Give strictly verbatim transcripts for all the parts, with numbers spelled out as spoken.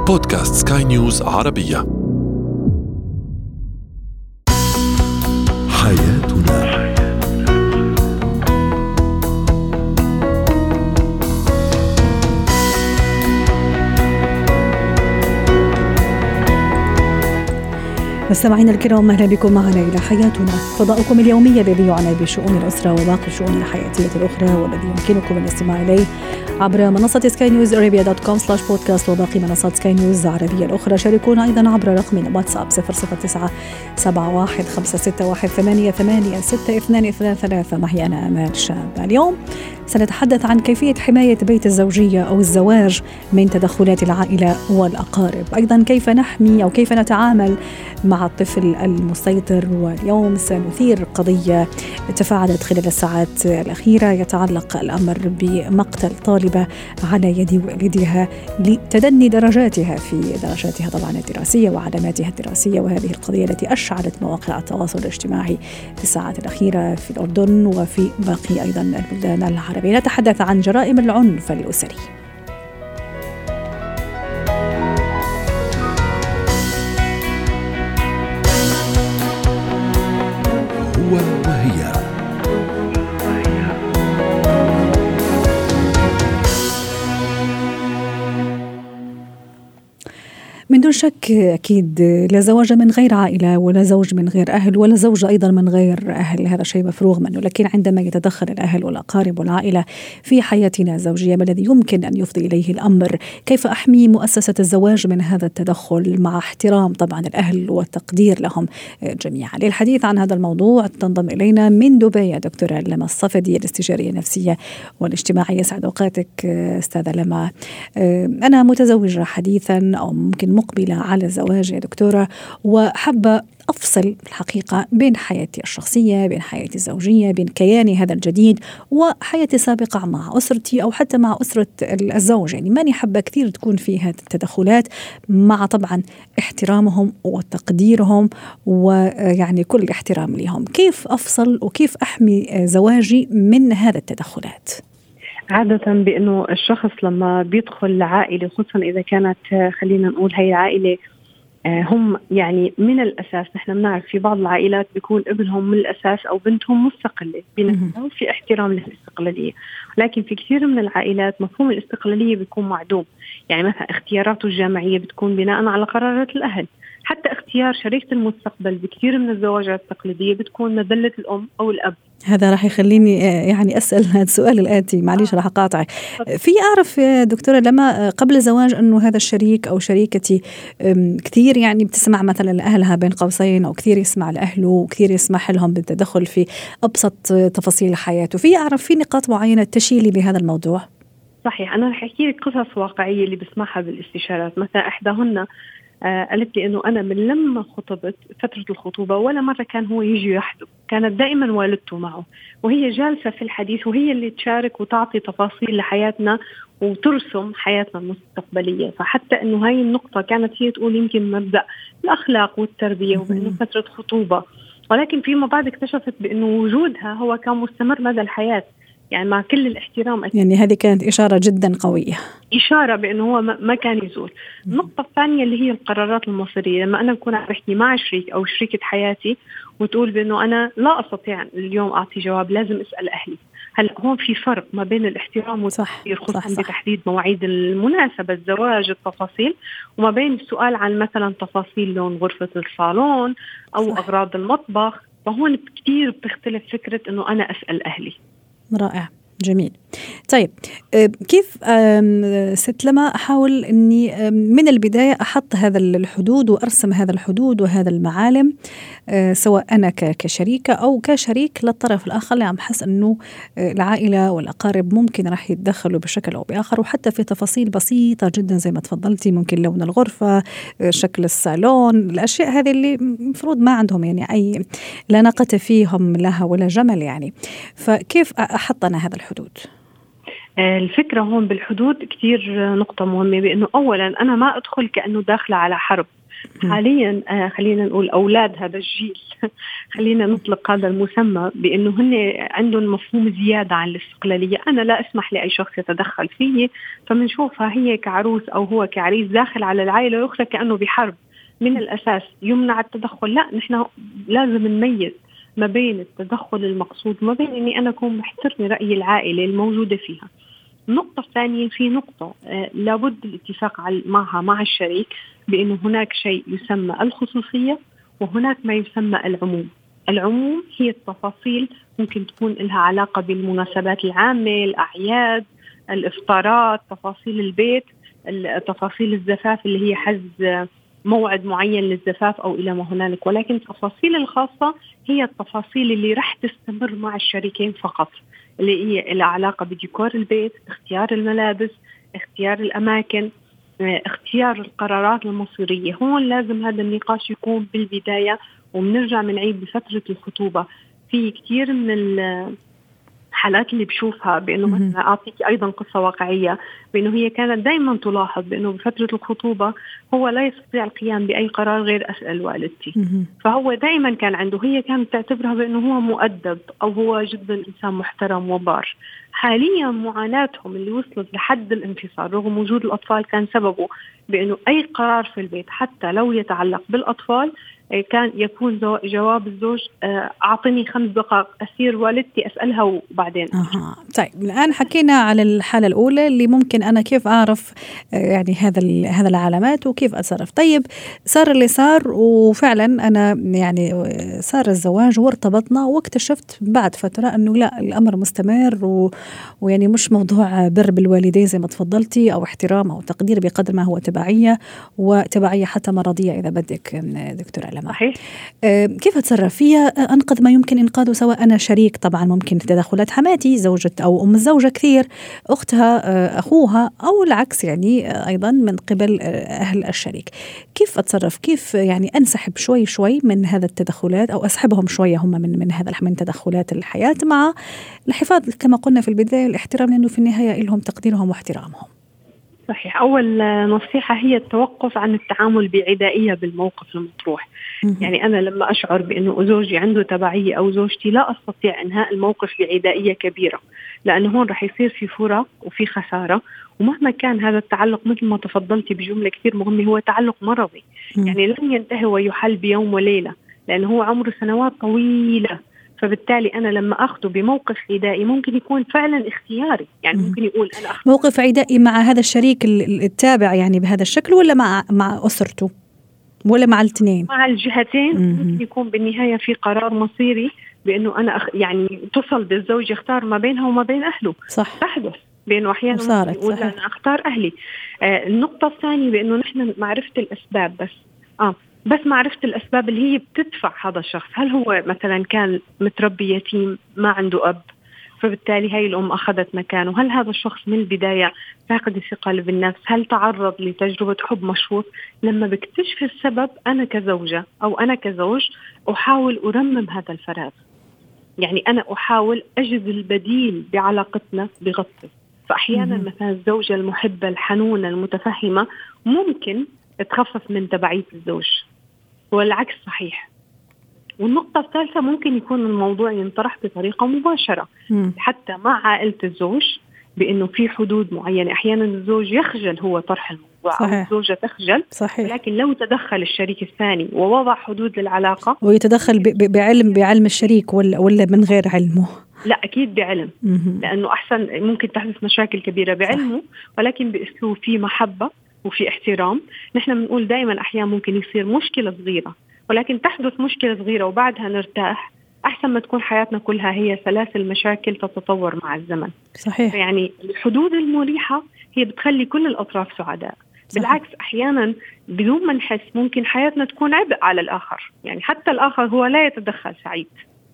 بودكاست سكاي نيوز عربية. حياتنا. مستمعينا الكرام، أهلا بكم معنا إلى حياتنا، فضاؤكم اليومي الذي يعنى بشؤون الأسرة وباقي الشؤون الحياتية الأخرى، والذي يمكنكم الاستماع إليه عبر منصة سكاي نيوز أرابيا دوت كوم سلاش بودكاست وباقي منصات سكاي نيوز عربية الأخرى. شاركونا أيضا عبر رقمنا واتساب صفر صفر تسعة سبعة واحد خمسة ستة واحد ثمانية ثمانية ستة اثنان ثلاثة ثلاثة. معي أنا آمال شاب. اليوم سنتحدث عن كيفية حماية بيت الزوجية أو الزواج من تدخلات العائلة والأقارب، أيضا كيف نحمي أو كيف نتعامل مع الطفل المسيطر. واليوم سنثير قضية تفاعلت خلال الساعات الأخيرة، يتعلق الأمر بمقتل طالبة على يد والدها لتدني درجاتها في درجاتها طبعا الدراسية وعلاماتها الدراسية، وهذه القضية التي أشعلت مواقع التواصل الاجتماعي في الساعات الأخيرة في الأردن وفي باقي أيضا البلدان العربية. نتحدث عن جرائم العنف الأسري. هو وهي. من دون شك أكيد لا زواج من غير عائلة ولا زوج من غير أهل ولا زوج أيضا من غير أهل، هذا شيء مفروغ منه. لكن عندما يتدخل الأهل والأقارب والعائلة في حياتنا الزوجية، ما الذي يمكن أن يفضي إليه الأمر؟ كيف أحمي مؤسسة الزواج من هذا التدخل مع احترام طبعا الأهل والتقدير لهم جميعا؟ للحديث عن هذا الموضوع تنضم إلينا من دبي دكتورة لما الصفدي، الاستشارية النفسية والاجتماعية. سعد أوقاتك أستاذة لما. أنا متزوجة حديثا أو ممكن مقبلة على الزواج يا دكتورة، وحابة أفصل الحقيقة بين حياتي الشخصية، بين حياتي الزوجية، بين كياني هذا الجديد وحياتي السابقة مع أسرتي أو حتى مع أسرة الزوج. يعني ماني حابة كثير تكون في هذه التدخلات، مع طبعا احترامهم وتقديرهم ويعني كل احترام لهم. كيف أفصل وكيف أحمي زواجي من هذا التدخلات؟ عادة بأنه الشخص لما بيدخل عائلة، خصوصا إذا كانت خلينا نقول هي العائلة هم يعني من الأساس، نحن بنعرف في بعض العائلات بيكون ابنهم من الأساس أو بنتهم مستقلة بنفسها وفي احترام للاستقلالية، لكن في كثير من العائلات مفهوم الاستقلالية بيكون معدوم. يعني مثلا اختياراته الجامعية بتكون بناء على قرارات الأهل، حتى اختيار شريكة المستقبل بكثير من الزواجات التقليدية بتكون مدلة الأم أو الأب. هذا راح يخليني يعني أسأل هذا السؤال الآتي، معليش راح أقاطعك. في أعرف يا دكتورة لما قبل الزواج أنه هذا الشريك أو شريكتي كثير يعني بتسمع مثلا لأهلها بين قوسين، أو كثير يسمع لأهله وكثير يسمح لهم بالتدخل في أبسط تفاصيل حياته. في أعرف في نقاط معينة تشيلي بهذا الموضوع؟ صحيح، أنا رح أحكي لك قصص واقعية اللي بسمعها بالاستشارات. مثلا إحداهن آه قالت لي إنه أنا من لما خطبت فترة الخطوبة ولا مرة كان هو يجي يحدث، كانت دائما والدته معه وهي جالسة في الحديث، وهي اللي تشارك وتعطي تفاصيل لحياتنا وترسم حياتنا المستقبلية. فحتى إنه هاي النقطة كانت هي تقول يمكن مبدأ الأخلاق والتربية وبإنه فترة خطوبة، ولكن فيما بعد اكتشفت بإنه وجودها هو كان مستمر مدى الحياة، يعني مع كل الاحترام. يعني هذه كانت إشارة جدا قوية، إشارة بأنه هو ما كان يزول. النقطة الثانية اللي هي القرارات المصيرية، لما أنا بكون عم بحكي مع شريك أو شريكة حياتي وتقول بأنه أنا لا أستطيع اليوم أعطي جواب، لازم أسأل أهلي. هل هون في فرق ما بين الاحترام والتقدير، خصوصا بتحديد مواعيد المناسبة الزواج التفاصيل، وما بين السؤال عن مثلا تفاصيل لون غرفة الصالون أو صح. أغراض المطبخ. فهون كتير بتختلف فكرة أنه أنا أسأل أهلي. رائع، جميل. طيب كيف ست لما أحاول أني من البداية أحط هذا الحدود وأرسم هذا الحدود وهذا المعالم، سواء أنا كشريكة أو كشريك للطرف الآخر اللي عم حس أنه العائلة والأقارب ممكن راح يتدخلوا بشكل أو بآخر، وحتى في تفاصيل بسيطة جدا زي ما تفضلتي، ممكن لون الغرفة، شكل الصالون، الأشياء هذه اللي مفروض ما عندهم يعني أي لا ناقة فيهم لها ولا جمل يعني. فكيف أحط أنا هذا الحدود؟ الفكرة هون بالحدود كتير نقطة مهمة، بأنه أولا أنا ما أدخل كأنه داخلة على حرب، حاليا آه خلينا نقول أولاد هذا الجيل خلينا نطلق هذا المسمى بأنه هن عندهم مفهوم زيادة عن الاستقلالية. أنا لا أسمح لأي شخص يتدخل فيه، فمنشوفها هي كعروس أو هو كعريس داخل على العائلة ويخرج كأنه بحرب من الأساس يمنع التدخل. لا، نحن لازم نميز ما بين التدخل المقصود وما بين أني أنا أكون محترمة رأي العائلة الموجودة فيها. النقطة الثانية، في نقطة آه لابد الاتفاق معها مع الشريك بأنه هناك شيء يسمى الخصوصية وهناك ما يسمى العموم. العموم هي التفاصيل ممكن تكون لها علاقة بالمناسبات العامة، الأعياد، الإفطارات، تفاصيل البيت، تفاصيل الزفاف اللي هي حجز موعد معين للزفاف أو إلى ما هنالك. ولكن التفاصيل الخاصة هي التفاصيل اللي رح تستمر مع الشريكين فقط، اللي هي لها علاقة بديكور البيت، اختيار الملابس، اختيار الأماكن، اختيار القرارات المصيرية. هون لازم هذا النقاش يكون بالبداية. وبنرجع منعيد بفترة الخطوبة في كتير من الحالات اللي بشوفها بأنه مثلا أعطيك أيضا قصة واقعية بأنه هي كانت دائما تلاحظ بأنه بفترة الخطوبة هو لا يستطيع القيام بأي قرار غير أسأل والدتي. فهو دائما كان عنده، هي كانت تعتبرها بأنه هو مؤدب أو هو جدا إنسان محترم وبار. حاليا معاناتهم اللي وصلت لحد الانفصال رغم وجود الأطفال كان سببه بأنه أي قرار في البيت حتى لو يتعلق بالأطفال كان يكون جواب الزوج أعطني خمس دقائق أسير والدتي أسألها وبعدين. أها. طيب الآن حكينا على الحالة الأولى اللي ممكن أنا كيف أعرف يعني هذا هذا العلامات وكيف أتصرف. طيب صار اللي صار وفعلا أنا يعني صار الزواج وارتبطنا واكتشفت بعد فترة أنه لا، الأمر مستمر و... ويعني مش موضوع بر بالوالدين زي ما تفضلتي أو احترام أو تقدير بقدر ما هو تبعية وتبعية حتى مرضية إذا بدك دكتورة لما. صحيح. أه كيف أتصرف فيها؟ أنقذ ما يمكن إنقاذه، سواء أنا شريك طبعا ممكن تدخلات حماتي زوجة أو أم الزوجة كثير، أختها أخوها، أو العكس يعني أيضا من قبل أهل الشريك. كيف أتصرف؟ كيف يعني أنسحب شوي شوي من هذا التدخلات أو أسحبهم شوية هم من من هذا من تدخلات الحياة مع الحفاظ كما قلنا في البداية الاحترام، لأنه في النهاية لهم تقديرهم واحترامهم. صحيح. أول نصيحة هي التوقف عن التعامل بعدائية بالموقف المطروح. يعني أنا لما أشعر بأنه زوجي عنده تبعية أو زوجتي لا أستطيع إنهاء الموقف بعدائية كبيرة، لأنه هون رح يصير في فراق وفي خسارة. ومهما كان هذا التعلق مثل ما تفضلتي بجملة كثير مهمة، هو تعلق مرضي يعني لن ينتهي ويحل بيوم وليلة، لأنه هو عمره سنوات طويلة. فبالتالي أنا لما أخذه بموقف عدائي ممكن يكون فعلا اختياري، يعني ممكن يقول أنا أخذ موقف عدائي مع هذا الشريك التابع يعني بهذا الشكل، ولا مع مع أسرته، ولا مع الاثنين؟ مع الجهتين. ممكن يكون بالنهاية في قرار مصيري بأنه أنا أخ... يعني تصل بالزوج يختار ما بينها وما بين أهله. صح. تحدث بأنه أحيانا يقول أنا أختار أهلي. آه النقطة الثانية بأنه نحن معرفة الأسباب، بس آه بس معرفة الأسباب اللي هي بتدفع هذا الشخص. هل هو مثلا كان متربي يتيم ما عنده أب فبالتالي هاي الأم أخذت مكانه؟ هل هذا الشخص من البداية فاقد الثقة بالنفس؟ هل تعرض لتجربة حب مشروط؟ لما بكتشف السبب أنا كزوجة أو أنا كزوج أحاول أرمم هذا الفراغ، يعني أنا أحاول أجد البديل بعلاقتنا بغطي. فأحيانا مثلا الزوجة المحبة الحنونة المتفهمة ممكن تخفف من تبعية الزوج، والعكس صحيح. والنقطة الثالثة ممكن يكون الموضوع ينطرح بطريقة مباشرة م. حتى مع عائلة الزوج، بأنه في حدود معينة. أحيانا الزوج يخجل هو طرح الموضوع صحيح. أو الزوجة تخجل صحيح. لكن لو تدخل الشريك الثاني ووضع حدود للعلاقة، ويتدخل ب- بعلم بعلم الشريك ولا, ولا من غير علمه؟ لا أكيد بعلم م- لأنه أحسن ممكن تحدث مشاكل كبيرة بعلمه صح. ولكن بأسلوب فيه محبة وفي احترام. نحن بنقول دائما أحيانا ممكن يصير مشكلة صغيرة ولكن تحدث مشكلة صغيرة وبعدها نرتاح، أحسن ما تكون حياتنا كلها هي سلاسل مشاكل تتطور مع الزمن. صحيح. يعني الحدود المريحة هي بتخلي كل الأطراف سعداء. صحيح. بالعكس أحيانا بدون ما نحس ممكن حياتنا تكون عبء على الآخر، يعني حتى الآخر هو لا يتدخل سعيد.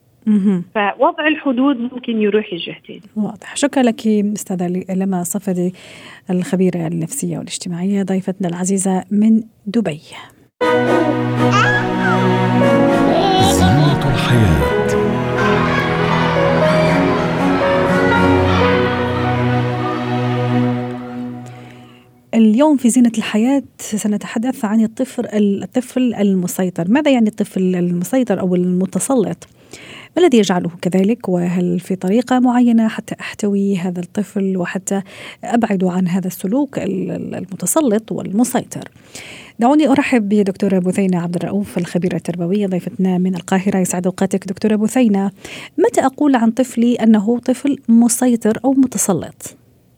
مم. فوضع الحدود ممكن يروح الجهتين. واضح. شكرا لك أستاذة لما صفدي الخبيرة النفسية والاجتماعية، ضيفتنا العزيزة من دبي. زينة الحياة. اليوم في زينة الحياة سنتحدث عن الطفل الطفل المسيطر. ماذا يعني الطفل المسيطر أو المتسلط؟ ما الذي يجعله كذلك؟ وهل في طريقة معينة حتى أحتوي هذا الطفل وحتى أبعد عن هذا السلوك المتسلط والمسيطر؟ دعوني أرحب بدكتورة بثينة عبد الرؤوف الخبيرة التربوية ضيفتنا من القاهرة. يسعد أوقاتك دكتورة بثينة. متى أقول عن طفلي أنه طفل مسيطر أو متسلط؟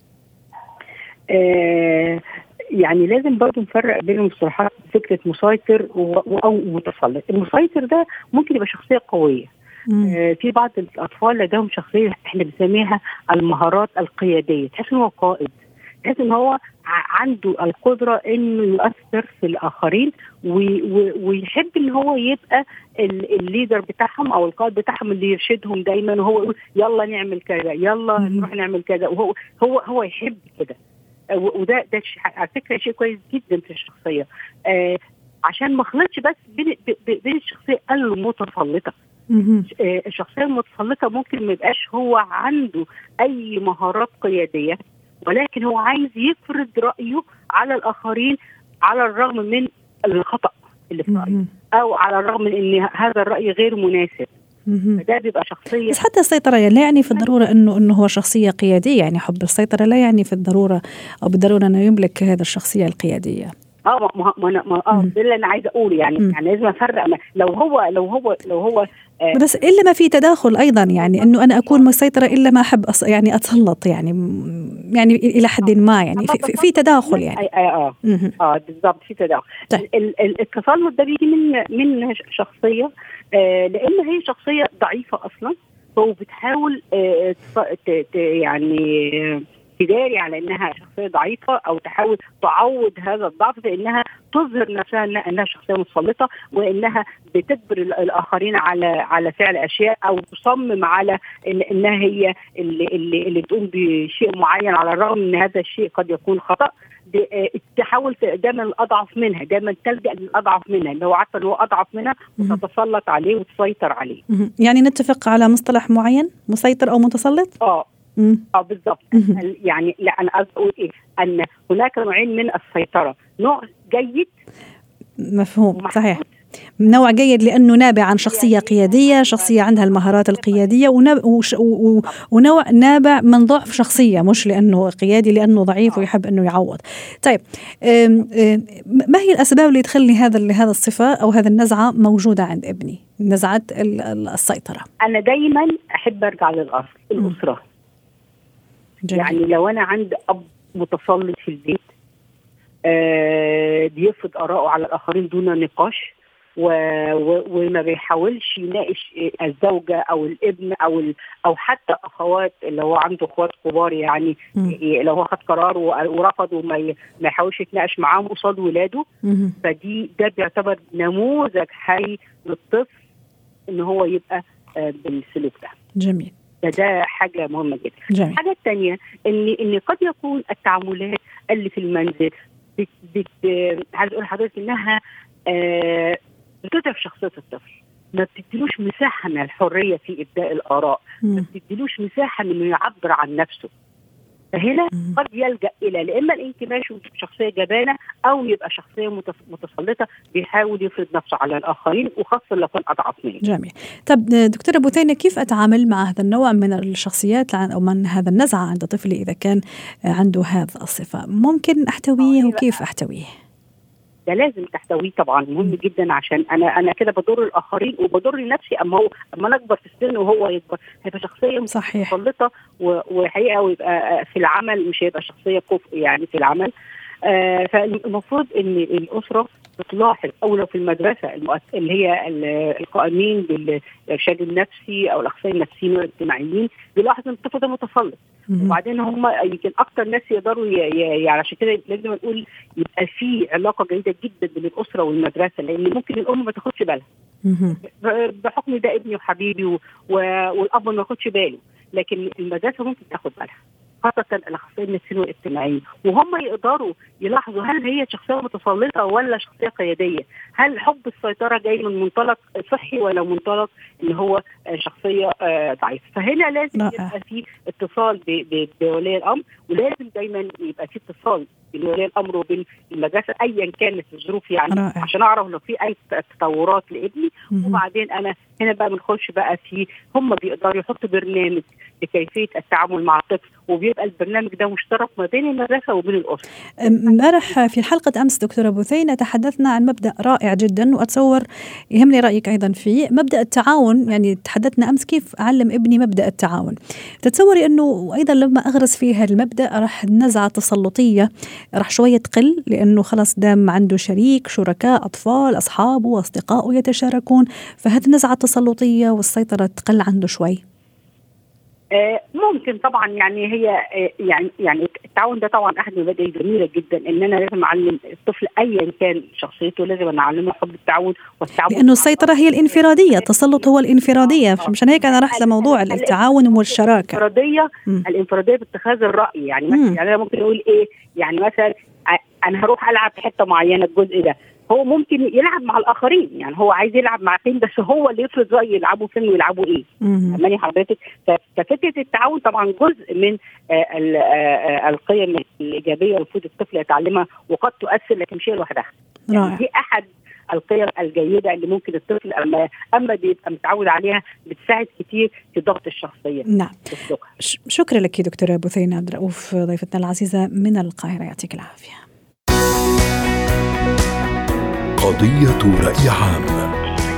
آه يعني لازم برضو نفرق بين المصطلحات. فكرة مسيطر أو متسلط، المسيطر ده ممكن يبقى شخصية قوية. آه في بعض الأطفال لديهم شخصية احنا بنسميها المهارات القيادية، تحس إنه قائد، تحس إن هو عنده القدرة إنه يؤثر في الآخرين ويحب إن هو يبقى الليدر بتاعهم أو القائد بتاعهم اللي يرشدهم دايما، وهو يقول يلا نعمل كذا، يلا نروح نعمل كذا، وهو هو هو يحب كده. وده ده على فكرة شيء كويس جدا في الشخصية، آه عشان ما خلطش بس بين بين الشخصية المتسلطة. آه الشخصية المتسلطة ممكن ما يبقاش هو عنده أي مهارات قيادية، ولكن هو عايز يفرض رأيه على الآخرين على الرغم من الخطأ اللي في رأيه، أو على الرغم من أن هذا الرأي غير مناسب. ده بيبقى شخصية. بس حتى السيطرة لا يعني في الضرورة أنه أنه هو شخصية قيادية، يعني حب السيطرة لا يعني في الضرورة أو بالضرورة أنه يملك هذا الشخصية القيادية. اه ما ما ما اه ده اللي انا عايزه اقوله يعني م. يعني لازم افرق. لو هو لو هو لو هو آه بس الا ما في تداخل ايضا، يعني انه انا اكون مسيطره الا ما احب أص يعني اتسلط، يعني يعني الى حد ما يعني في, في تداخل يعني اه اه, آه بالضبط في تداخل. طيب. التسلط ده بيجي من من شخصيه آه لان هي شخصيه ضعيفه اصلا، فهو بتحاول آه يعني تداري على انها شخصيه ضعيفه او تحاول تعوض هذا الضعف بانها تظهر نفسها انها شخصيه متسلطه، وانها بتجبر الاخرين على على فعل اشياء، او تصمم على إن انها هي اللي اللي, اللي تقوم بشيء معين على الرغم ان هذا الشيء قد يكون خطا. تحاول دايما الاضعف منها، دايما تلجا للاضعف منها اللي هو عارفه ان هو اضعف منها وتتسلط عليه وتسيطر عليه. يعني نتفق على مصطلح معين، مسيطر او متسلط؟ اه اه بالضبط. يعني لا انا اقول ايه ان هناك نوعين من السيطره، نوع جيد مفهوم صحيح، نوع جيد لأنه نابع عن شخصية قيادية، شخصية عندها المهارات القيادية، ونوع نابع من ضعف شخصية، مش لأنه قيادي لأنه ضعيف ويحب أنه يعوض. طيب ما هي الأسباب اللي تخلي هذا هذا الصفة أو هذا النزعة موجودة عند ابني، نزعة السيطرة؟ أنا دايما أحب أرجع للأصل، الأسرة. جميل. يعني لو أنا عندي أب متسلط في البيت آه بيفرض آراءه على الآخرين دون نقاش، و... و... وما بيحاولش يناقش الزوجة أو الابن أو ال... أو حتى أخوات، اللي هو عنده أخوات كبار يعني م. لو هو خد قرار ورفض وما ي... ما يحاولش يتناقش معاهم قصاد ولاده، م. فدي ده بيعتبر نموذج حي للطفل إن هو يبقى آه بالسلوك ده. جميل. ده ده حاجة مهمة جدا. جميل. الحاجة الثانية إن إن قد يكون التعاملات اللي في المنزل بت... بت... عايز أقول لحضرتك إنها آه بتضعف شخصية الطفل، ما بتديلوش مساحة من الحرية في إبداء الآراء، م. ما بتديلوش مساحة من إنه يعبر عن نفسه. فهنا م. قد يلجأ إلى لإما الانكماش وشخصية جبانة، أو يبقى شخصية متسلطة بيحاول يفرض نفسه على الآخرين، وخاصة لو كان أضعف منه. جميل. طب دكتورة بثينة، كيف أتعامل مع هذا النوع من الشخصيات أو من هذا النزعة عند طفلي إذا كان عنده هذا الصفة؟ ممكن أحتويه وكيف أحتويه؟ ده لازم تحتويه طبعا، مهم جدا، عشان انا انا كده بضر الاخرين وبضر نفسي. اما هو اما انا اكبر في السن وهو يكبر هيبقى شخصيه متسلطه، وحقيقه ويبقى في العمل مش هيبقى شخصيه كفء يعني في العمل. آه فالمفروض ان الاسره بتلاحظ، او لو في المدرسه اللي هي القائمين بالارشاد النفسي او الاخصائيين النفسيين والاجتماعيين بيلاحظ ان الطفل ده متسلط، وبعدين هم يمكن اكتر ناس يقدروا يعني عشان كده لازم نقول يبقى في علاقه جيده جدا بين الاسره والمدرسه، لان ممكن الام ما تاخدش بالها بحكم ده ابني وحبيبي والاب ما ياخدش باله، لكن المدرسه ممكن تاخد بالها، خاصة الأخصائيين النفسيين والاجتماعيين، وهم يقدروا يلاحظوا هل هي شخصية متسلطة ولا شخصية قيادية، هل حب السيطرة جاي من منطلق صحي ولا منطلق إن هو شخصية ضعيفة. فهنا لازم يبقى في اتصال بولي الأمر، ولازم دايما يبقى في اتصال بين ولي الامر وبين المدرسه ايا كانت الظروف يعني رائع. عشان اعرف لو في اي تطورات لابني. مم. وبعدين انا هنا بقى بنخش بقى في هم بيقدروا يحطوا برنامج لكيفيه التعامل مع الطفل، وبيبقى البرنامج ده مشترك ما بين المدرسه وبين الاسره. امبارح في حلقه امس دكتوره بثينه تحدثنا عن مبدا رائع جدا، واتصور يهمني رايك ايضا فيه مبدا التعاون. يعني تحدثنا امس كيف اعلم ابني مبدا التعاون. تتصوري انه ايضا لما اغرس فيها المبدا راح النزعه التسلطيه راح شويه تقل، لانه خلاص دام عنده شريك، شركاء، اطفال، اصحابه واصدقائه يتشاركون، فهذه النزعه التسلطيه والسيطره تقل عنده شوي. ممكن طبعا، يعني هي يعني يعني التعاون ده طبعا احد المبادئ الجميله جدا، ان انا لازم اعلم الطفل ايا كان شخصيته لازم اعلمه حب التعاون والتعاون، لانه السيطره هي الانفراديه، التسلط هو الانفراديه. مشان هيك انا رحت لموضوع التعاون والشراكه. الانفراديه الانفراديه باتخاذ الراي. يعني مثلا يعني انا ممكن اقول ايه، يعني مثلا انا هروح العب في حته معينه، الجزء ده هو ممكن يلعب مع الاخرين، يعني هو عايز يلعب مع فين بس هو اللي يفرض رايه يلعبوا فين ويلعبوا ايه. فهماني حضرتك؟ ففكره التعاون طبعا جزء من القيم الايجابيه المفروض الطفل يتعلمها، وقد تؤثر لكن مش لوحدها. يعني دي احد القيم الجيده اللي ممكن الطفل اما اما بيبقى متعود عليها بتساعد كتير في ضبط الشخصيه. نعم. شكرا لك دكتوره بثينه عبد الرؤوف ضيفتنا العزيزه من القاهره، يعطيك العافيه. قضية رأي عام.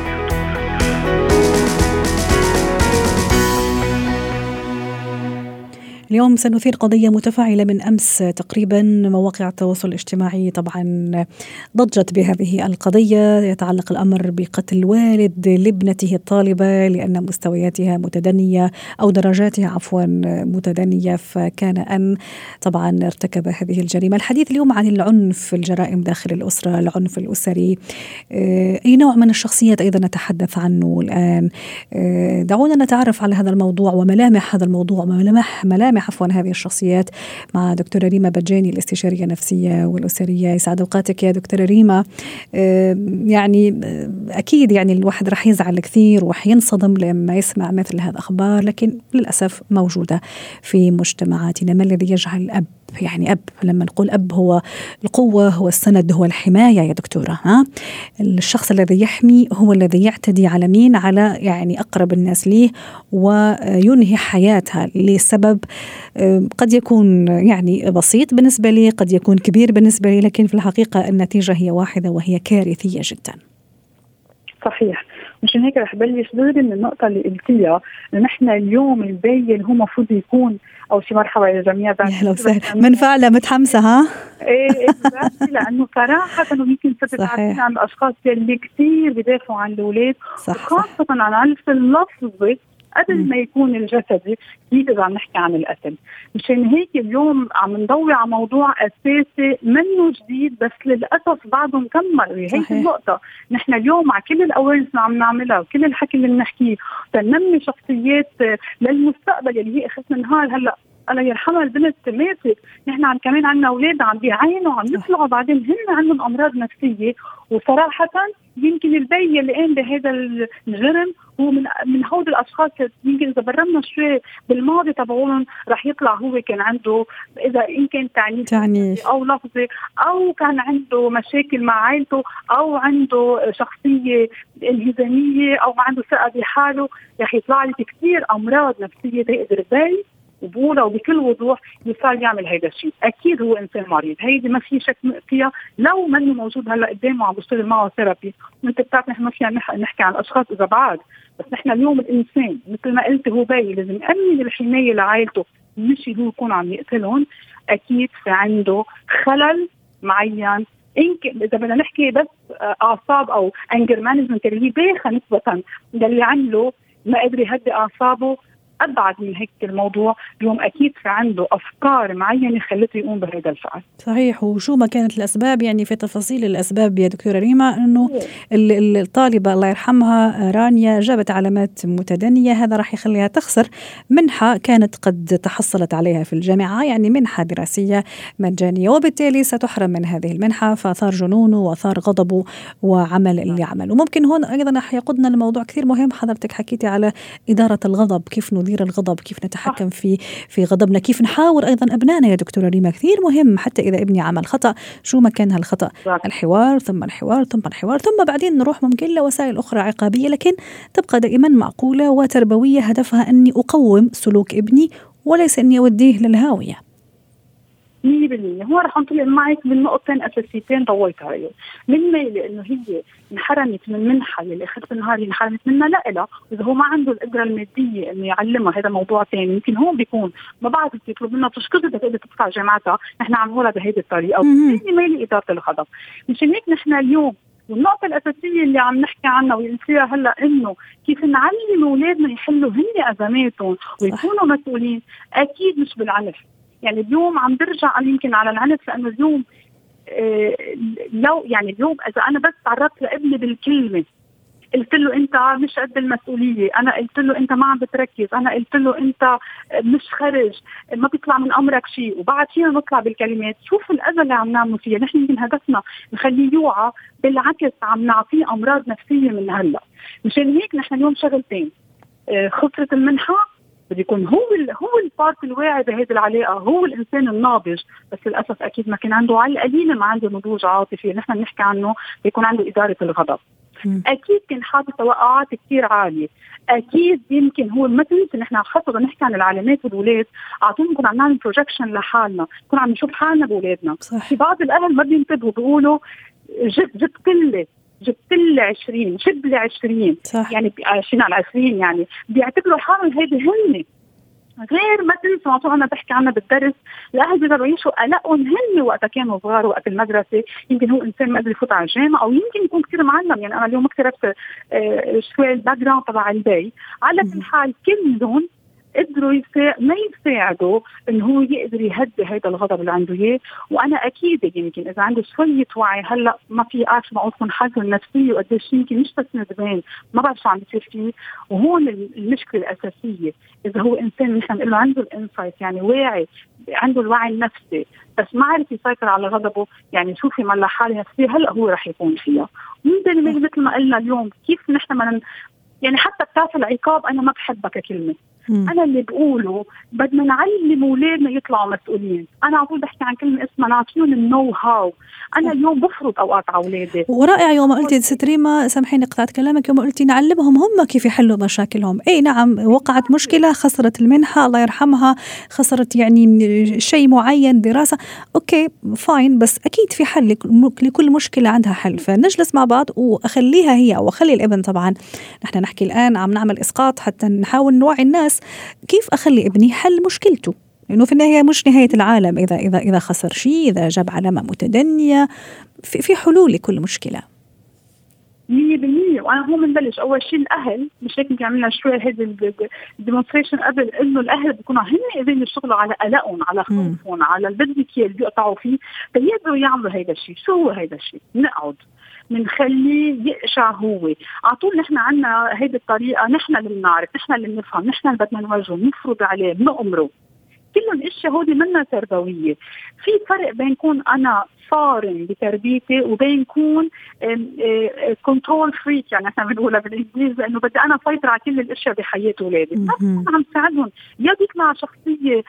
اليوم سنثير قضية متفاعلة من أمس تقريبا. مواقع التواصل الاجتماعي طبعا ضجت بهذه القضية. يتعلق الأمر بقتل والد لابنته الطالبة لأن مستوياتها متدنية أو درجاتها عفوا متدنية، فكان أن طبعا ارتكب هذه الجريمة. الحديث اليوم عن العنف، الجرائم داخل الأسرة، العنف الأسري، أي نوع من الشخصيات أيضا نتحدث عنه الآن. دعونا نتعرف على هذا الموضوع وملامح هذا الموضوع وملامح ملامح عفوا هذه الشخصيات مع دكتورة ريما بجاني الاستشارية النفسية والأسرية. يسعد أوقاتك يا دكتورة ريما. يعني أكيد يعني الواحد رح يزعل كثير ورح ينصدم لما يسمع مثل هذا الأخبار، لكن للأسف موجودة في مجتمعاتنا. ما الذي يجعل الأب، يعني أب لما نقول أب هو القوة، هو السند، هو الحماية يا دكتورة، ها؟ الشخص الذي يحمي هو الذي يعتدي على مين؟ على يعني أقرب الناس ليه وينهي حياتها لسبب قد يكون يعني بسيط بالنسبة لي، قد يكون كبير بالنسبة لي، لكن في الحقيقة النتيجة هي واحدة وهي كارثية جدا. صحيح. مشان هيك رح بلش دغري من النقطة اللي قلتيها، إنه نحن اليوم البي اللي هو مفروض يكون أول شيء مرحبا يا جميع. لو من فعلا متحمسة ها؟ إيه إيه لأنه صراحة إنه يمكن ستة عشرين عن الأشخاص اللي كتير بدافعوا عن الأولاد، وخاصة عن عنف اللفظي قبل ما يكون الجسدي. كيف إذا عم نحكي عن القتل؟ مشان هيك اليوم عم نضوي على موضوع أساسي منه جديد، بس للأسف بعده مكمل. هي النقطة. نحن اليوم مع كل الأويرنس اللي عم نعملها وكل الحكي اللي بنحكيه تنمي شخصيات للمستقبل اللي هي أخذنا نهار هلأ الله يرحمها البنت ماتت. نحن عم كمان عنا أولاد عم بيعينوا عم يطلعوا بعدين هن عندهم أمراض نفسية، وصراحة يمكن البي اللي قام بهذا الجرم هو من من هود الأشخاص. يمكن إذا برمنا شوي بالماضي تبعهم رح يطلع هو كان عنده إذا إن كان تعنيف أو لفظي، أو كان عنده مشاكل مع عائلته، أو عنده شخصية انهزامية، أو ما عنده ثقة بحاله. رح يطلع لك كثير أمراض نفسية بيقدر بي وبقولها وبكل وضوح يصير يعمل هيدا الشيء. اكيد هو انسان مريض، هيدي ما في شك فيها. لو منه موجود هلا قدامه عم بشتغل معه ثيرابي، وانت بتعرف نحن ما فينا نحكي عن اشخاص اذا بعد، بس نحن اليوم الانسان مثل ما قلت هو باي لازم يأمن الحمايه لعائلته، مش هو يكون عم يقتلهم. اكيد في عنده خلل معين. يمكن اذا بدنا نحكي بس اعصاب او انجر مانجمنت اللي هي بايخه نسبه للي عمله، ما قدر يهدي اعصابه. أبعد من هيك الموضوع اليوم أكيد في عنده أفكار معينة خلته يقوم بهذا الفعل. صحيح. وشو ما كانت الأسباب، يعني في تفاصيل الأسباب يا دكتورة ريما، أنه الطالبة الله يرحمها رانيا جابت علامات متدنية، هذا راح يخليها تخسر منحة كانت قد تحصلت عليها في الجامعة، يعني منحة دراسية مجانية، وبالتالي ستحرم من هذه المنحة. فأثار جنونه وأثار غضبه وعمل اللي عمله. وممكن هون أيضا راح يقودنا لموضوع كثير مهم. حضرتك حكيتي على إدارة الغضب، كيف ندير ندير الغضب، كيف نتحكم في في غضبنا، كيف نحاور أيضا أبنائنا يا دكتورة ريما، كثير مهم. حتى إذا ابني عمل خطأ شو مكان هالخطأ، الحوار ثم الحوار ثم الحوار ثم بعدين نروح ممكن لوسائل أخرى عقابية، لكن تبقى دائما معقولة وتربوية هدفها أني أقوم سلوك ابني وليس أني أوديه للهاوية. مية بالمية هو رح انطلق معك من نقطتين أساسيتين ضويت عليهم. من ميلة إنه هي انحرمت من منحة اللي آخر النهار انحرمت منها لا إله، إذا هو ما عنده القدرة المادية إنه يعلمها هذا موضوع ثاني. يمكن هو بيكون ما بعرف يطلب منها تشكر بدها تقدر تدفع جامعتها، نحن عملوها بهيدي الطريقة. وهي ميلة إدارة الغضب. مشان هيك نحن اليوم والنقطة الأساسية اللي عم نحكي عنها واللي فيها هلا إنه كيف نعلم أولادنا يحلوا هن أزماتهم ويكونوا مسؤولين، أكيد مش بالعنف. يعني اليوم عم برجع يمكن على العنف، لأنه اليوم آه لو يعني اليوم إذا أنا بس تعرضت لابني بالكلمة قلت له أنت مش قد المسؤولية، أنا قلت له أنت ما عم بتركز، أنا قلت له أنت مش خرج، ما بيطلع من أمرك شيء، وبعد فينا نطلع بالكلمات. شوف الأذى اللي عم نعمل فيها نحن. يمكن هدفنا نخليه يوعى، بالعكس عم نعطيه أمراض نفسية من هلا. مشان هيك نحن اليوم شغلتين، آه خسرة المنحة بده يكون هو ال هو البارت الواعي بهذه العلاقه، هو الانسان الناضج، بس للاسف اكيد ما كان عنده على القليله ما عنده نضوج عاطفي نحن بنحكي عنه، بيكون عنده اداره الغضب. م. اكيد كان حاطط توقعات كثير عاليه، اكيد يمكن هو ما تنسى نحن خاصه نحكي عن العلامات والولاد، اعطونا نكون عم نعمل بروجكشن لحالنا، نكون عم نشوف حالنا باولادنا. في بعض الاهل ما بينتبهوا، بيقولوا جبت جبت لي جبت لي عشرين جبت لي عشرين صح. يعني عشرين على عشرين يعني بيعتبروا حالهم هيدي هن. غير ما تنسوا موضوع أنا بحكي عنه بالدرس، الأهل بيقدروا يعيشوا قلقهم هن وقتها كانوا صغار وقت المدرسة. يمكن هو إنسان ما قدر يفوت على الجامعة، أو يمكن يكون كثير معلم. يعني أنا اليوم اكتربت آه شوي الباك جراوند تبع البي، على كل حال كلهم قدروا يسا... ما يساعدوا إنه هو يقدر يهدي هذا الغضب اللي عنده إياه. وأنا أكيد يمكن إذا عنده شوية وعي هلا ما في أعرف ما أكون حالته النفسية وقديش يمكن مش بس ندمان ما بعرف شو عم بيصير فيه. وهون المشكلة الأساسية إذا هو إنسان نحن نقول له عنده الإنسايت، يعني واعي، عنده الوعي النفسي، بس ما عرف يسيطر على غضبه، يعني شوفي ملا حالة نفسية هلا هو رح يكون فيها. ومن مثل ما قلنا اليوم كيف نحن من يعني حتى بتاعت العقاب أنا ما بحبها ككلمة. مم. أنا اللي بقوله بدنا نعلم أولادنا يطلعوا مسؤولين. أنا عطول بحكي عن كلمة اسمها نعطيهم النو هاو. أنا اليوم بفرض أوقات على أولادي. ورائع يوم قلتي ست ريما، سامحيني قطعت كلامك، يوم قلتي نعلمهم هم كيف يحلوا مشاكلهم. أي نعم، وقعت مشكلة، خسرت المنحة الله يرحمها، خسرت يعني شيء معين، دراسة، أوكي فاين، بس أكيد في حل لكل مشكلة عندها حل. فنجلس مع بعض وأخليها هي أو أخلي الابن. طبعا نحن نحكي الآن عم نعمل إسقاط حتى نحاول نوعي الناس كيف أخلي ابني حل مشكلته، لأنه في النهاية مش نهاية العالم إذا إذا إذا خسر شيء، إذا جاب علامة متدنية، في في حلول لكل مشكلة. مية بالمية. وأنا هو منبلش أول شيء الأهل، مش هيك عملنا شوية هذا الديمونستريشن قبل، إنه الأهل بيكونوا هن قادرين يشتغلوا على قلقهم، على خوفهم، على البديكية اللي بيقطعوا فيه، فيقدروا يعملوا هذا الشيء. شو هو هذا الشيء؟ نقعد منخليه يقشع هو عطول. نحن عنا هيدي الطريقة، نحن اللي بنعرف، نحن اللي بنفهم، نحن اللي بدنا نوجهه، نفرض عليه، بنأمره. كل الاشياء هودي منا تربوية. في فرق بين كون أنا صارم بتربيتي وبين كون كنترول فريك، يعني احنا بنقولها بالانجليزي انه بدي انا اسيطر على كل الاشياء بحياه اولادي. انا عم ساعدهم يا بيطلع شخصيه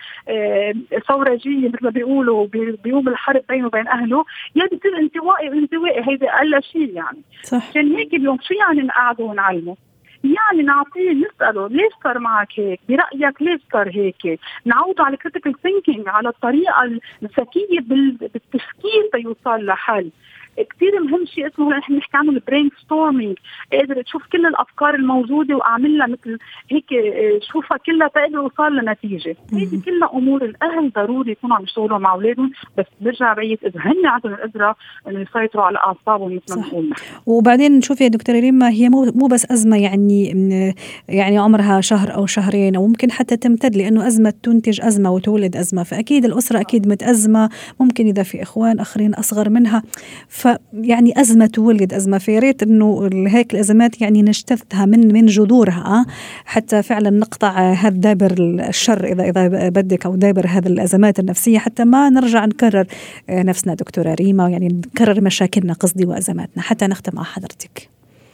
ثورجيه مثل ما بيقولوا بيوم الحرب بينه وبين اهله، يا بيصير انطوائي وانزوائي، هيدا اقل شيء يعني. عشان هيك اليوم شو يعني نقعده ونعلمه؟ يعني نعطيه نسأله ليش صار معك هيك؟ برأيك ليش صار هيك؟ نعوده على critical thinking، على الطريقة الذكية بالتفكير تيوصل لحل. كتير مهم شيء اسمه نحن نحكي عنه البرين ستورمينج، قادر تشوف كل الأفكار الموجودة وأعملها مثل هيك، شوفها كلها تقدر توصل لنتيجة. هذه كلها أمور الأهل ضروري يكونوا عم يشتغلوا مع أولادهم، بس برجع بعيد إذا هن عندهم القدرة إنه يسيطروا على أعصابهم مثل ما نقول. وبعدين شوفي يا دكتورة ريما، هي مو مو بس أزمة يعني يعني عمرها شهر أو شهرين، أو ممكن حتى تمتد، لأنه أزمة تنتج أزمة وتولد أزمة. فأكيد الأسرة أكيد متأزمة، ممكن إذا في إخوان آخرين أصغر منها، ف يعني أزمة تولد أزمة. في ريت إنه هيك الأزمات يعني نجتثها من من جذورها حتى فعلا نقطع هذا دابر الشر إذا إذا بدك، أو دابر هذا الأزمات النفسية، حتى ما نرجع نكرر نفسنا دكتورة ريما، يعني نكرر مشاكلنا قصدي وأزماتنا. حتى نختم مع حضرتك.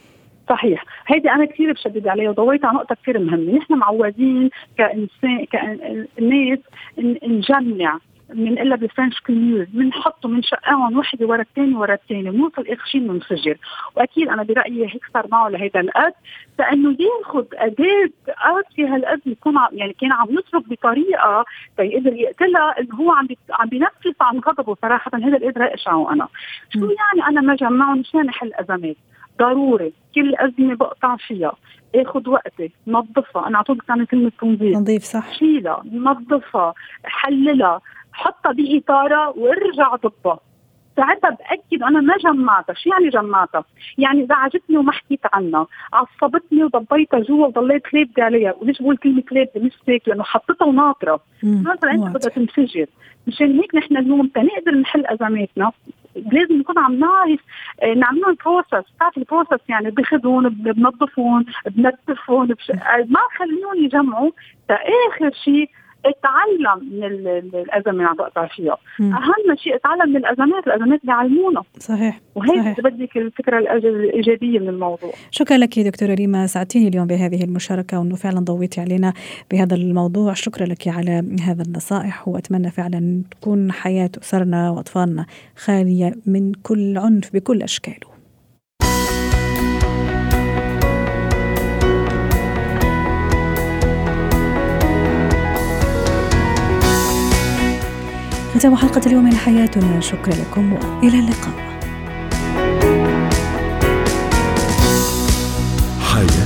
صحيح، هيدي أنا كثير بشدد عليها وضويت على نقطة كثير مهمة. نحن معودين كإنسان كالناس نجمع من إلا بالفرنش كنيوز بنحطه من شقاهم وحدة ورا الثاني ورا الثاني ونوصل آخر شيء منفجر. وأكيد أنا برأيي هيك صار معه لهيدا القد، فإنه ياخد أداة قاسية هالقد يكون يعني كان عم يصرف بطريقة فيقدر يقتلها إنه هو عم عم بينفس عن غضبه. صراحة هذا اللي قدر أقشعه أنا. شو يعني أنا ما جمعه مشان أحل أزمات؟ ضروري كل أزمة بقطع فيها، اخد وقتي، نظفها. انا اعطوك عن كلمة تنظيف، نظيف صح، شيلها، نظفها، حللها، حطها بإطارة وارجع ضبها. ساعتها بأكد أنا ما جمعتها. شو يعني جمعتها؟ يعني إذا عجبتني وما حكيت عنها، عصبتني وضبيتها جوا وضليت كلابدي عليها. وليش بقول كلمة كلابدي مش ساك؟ لأنه حطتها وناطرة ناطرة أنت بدها تنفجر. مشان هيك نحن اليوم تنقدر نحل أزماتنا لازم نكون عم نعرف نعملون بروسس. تعرف البروسس يعني بخدون، بنظفون، بنتفون، بش... ما خليهم يجمعوا تآخر شيء. اتعلم من الأزمة اللي عم بقطع فيها. أهم شيء اتعلم من الأزمات. الأزمات بيعلمونا. صحيح. وهي بدك الفكرة الإيجابية من الموضوع. شكرا لك دكتورة ريما، ساعدتيني اليوم بهذه المشاركة وأنه فعلا ضويتي علينا بهذا الموضوع. شكرا لك على هذا النصائح، وأتمنى فعلا تكون حياة أسرنا وأطفالنا خالية من كل عنف بكل أشكاله. ختام حلقة اليوم من حياتنا. شكرا لكم وإلى اللقاء. حياتنا.